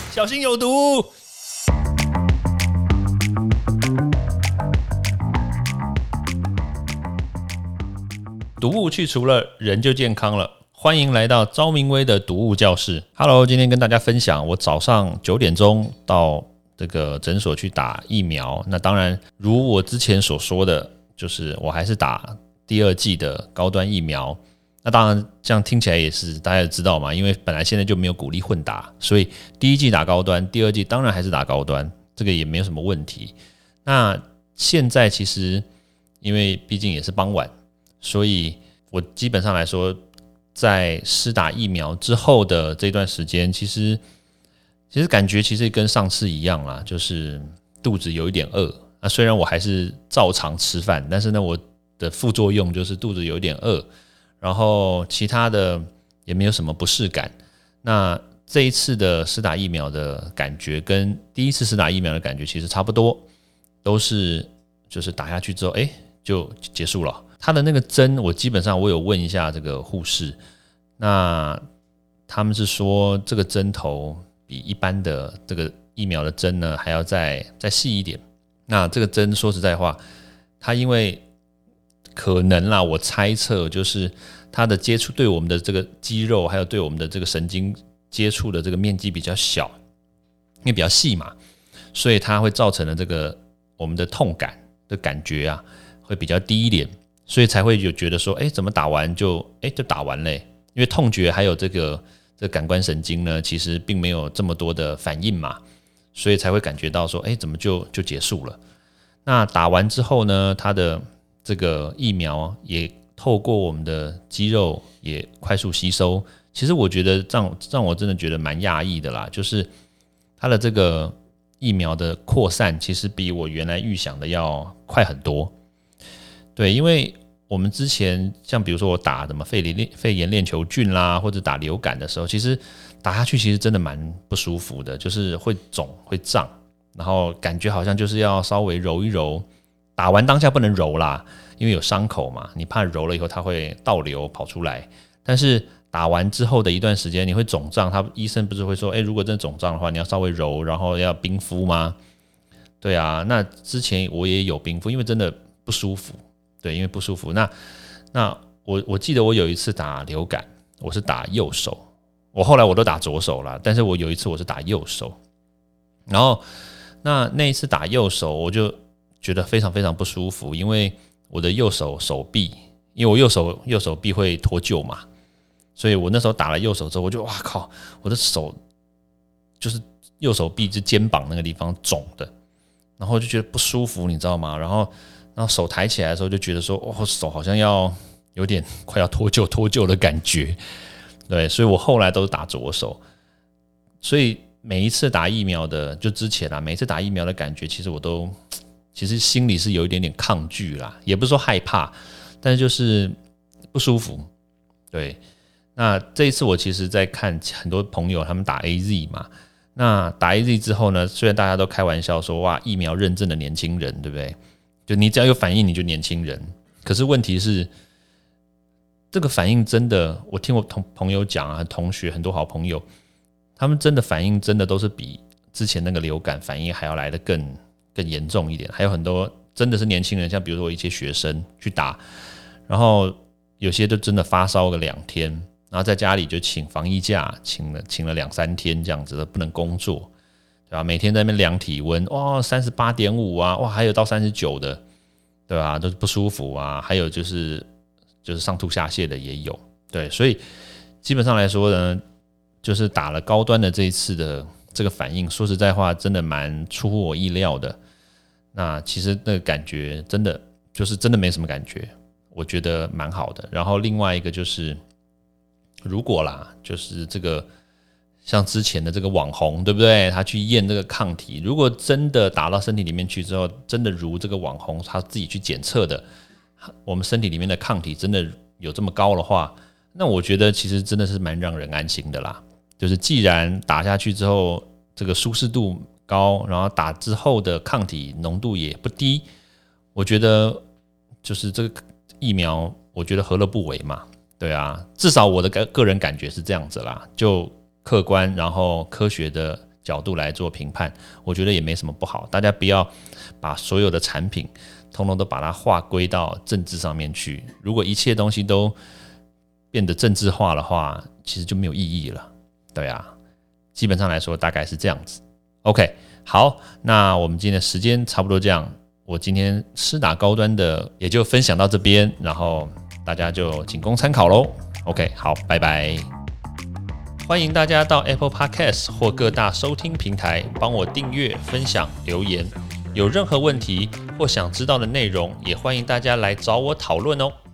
小心有毒。毒物去除了，人就健康了。欢迎来到昭明威的毒物教室。Hello， 今天跟大家分享，我早上9点钟到这个诊所去打疫苗。那当然，如我之前所说的，就是我还是打第2剂的高端疫苗。那当然，这样听起来也是大家也知道嘛，因为本来现在就没有鼓励混打，所以第1剂打高端，第2剂当然还是打高端，这个也没有什么问题。那现在其实因为毕竟也是傍晚，所以我基本上来说，在施打疫苗之后的这段时间，其实感觉其实跟上次一样啦，就是肚子有一点饿。那虽然我还是照常吃饭，但是呢，我的副作用就是肚子有一点饿，然后其他的也没有什么不适感。那这一次的施打疫苗的感觉跟第一次施打疫苗的感觉其实差不多，都是就是打下去之后，就结束了。他的那个针，我基本上我有问一下这个护士，那他们是说这个针头比一般的这个疫苗的针呢还要再细一点。那这个针说实在话，它因为可能啦，我猜测就是它的接触对我们的这个肌肉，还有对我们的这个神经接触的这个面积比较小，因为比较细嘛，所以它会造成的这个我们的痛感的感觉啊，会比较低一点。所以才会有觉得说，怎么打完就打完嘞？因为痛觉还有这个感官神经呢，其实并没有这么多的反应嘛，所以才会感觉到说，怎么就结束了？那打完之后呢，它的这个疫苗也透过我们的肌肉也快速吸收。其实我觉得让我真的觉得蛮讶异的啦，就是它的这个疫苗的扩散，其实比我原来预想的要快很多。对，因为我们之前像比如说我打什么肺炎链球菌啦，或者打流感的时候，其实打下去其实真的蛮不舒服的，就是会肿会胀，然后感觉好像就是要稍微揉一揉。打完当下不能揉啦，因为有伤口嘛，你怕揉了以后它会倒流跑出来。但是打完之后的一段时间你会肿胀，医生不是会说，如果真的肿胀的话，你要稍微揉，然后要冰敷吗？对啊，那之前我也有冰敷，因为真的不舒服。对，因为不舒服。那我记得我有一次打流感，我是打右手，我后来我都打左手啦，但是我有一次我是打右手，然后那一次打右手，我就觉得非常非常不舒服，因为我的右手臂，因为我右手臂会脱臼嘛，所以我那时候打了右手之后，我就哇靠，我的手就是右手臂就肩膀那个地方肿的，然后就觉得不舒服，你知道吗？然后手抬起来的时候就觉得说，手好像要有点快要脱臼的感觉。对，所以我后来都是打左手。所以每一次打疫苗的，就之前每一次打疫苗的感觉，其实我都其实心里是有一点点抗拒啦，也不是说害怕，但是就是不舒服。对，那这一次我其实在看很多朋友他们打 AZ 嘛，那打 AZ 之后呢，虽然大家都开玩笑说哇，疫苗认证的年轻人，对不对？就你只要有反应你就年轻人，可是问题是这个反应真的，我听我朋友讲啊，同学很多好朋友，他们真的反应真的都是比之前那个流感反应还要来得更严重一点。还有很多真的是年轻人，像比如说一些学生去打，然后有些就真的发烧个2天，然后在家里就请防疫假，请了2-3天这样子的，不能工作。对吧？每天在那边量体温，哇，38.5啊，哇，还有到39的，对吧？都是不舒服啊。还有就是上吐下泻的也有，对，所以基本上来说呢，就是打了高端的这一次的这个反应，说实在话，真的蛮出乎我意料的。那其实那个感觉真的没什么感觉，我觉得蛮好的。然后另外一个就是，如果啦，就是这个。像之前的这个网红，对不对？他去验这个抗体，如果真的打到身体里面去之后，真的如这个网红他自己去检测的，我们身体里面的抗体真的有这么高的话，那我觉得其实真的是蛮让人安心的啦。就是既然打下去之后，这个舒适度高，然后打之后的抗体浓度也不低，我觉得就是这个疫苗，我觉得何乐不为嘛？对啊，至少我的个人感觉是这样子啦，就客观然后科学的角度来做评判，我觉得也没什么不好。大家不要把所有的产品通通都把它划归到政治上面去。如果一切东西都变得政治化的话，其实就没有意义了。对啊，基本上来说大概是这样子。OK， 好，那我们今天的时间差不多这样。我今天施打高端的也就分享到这边，然后大家就仅供参考咯。OK， 好，拜拜。欢迎大家到 Apple Podcast 或各大收听平台帮我订阅、分享、留言。有任何问题或想知道的内容，也欢迎大家来找我讨论哦。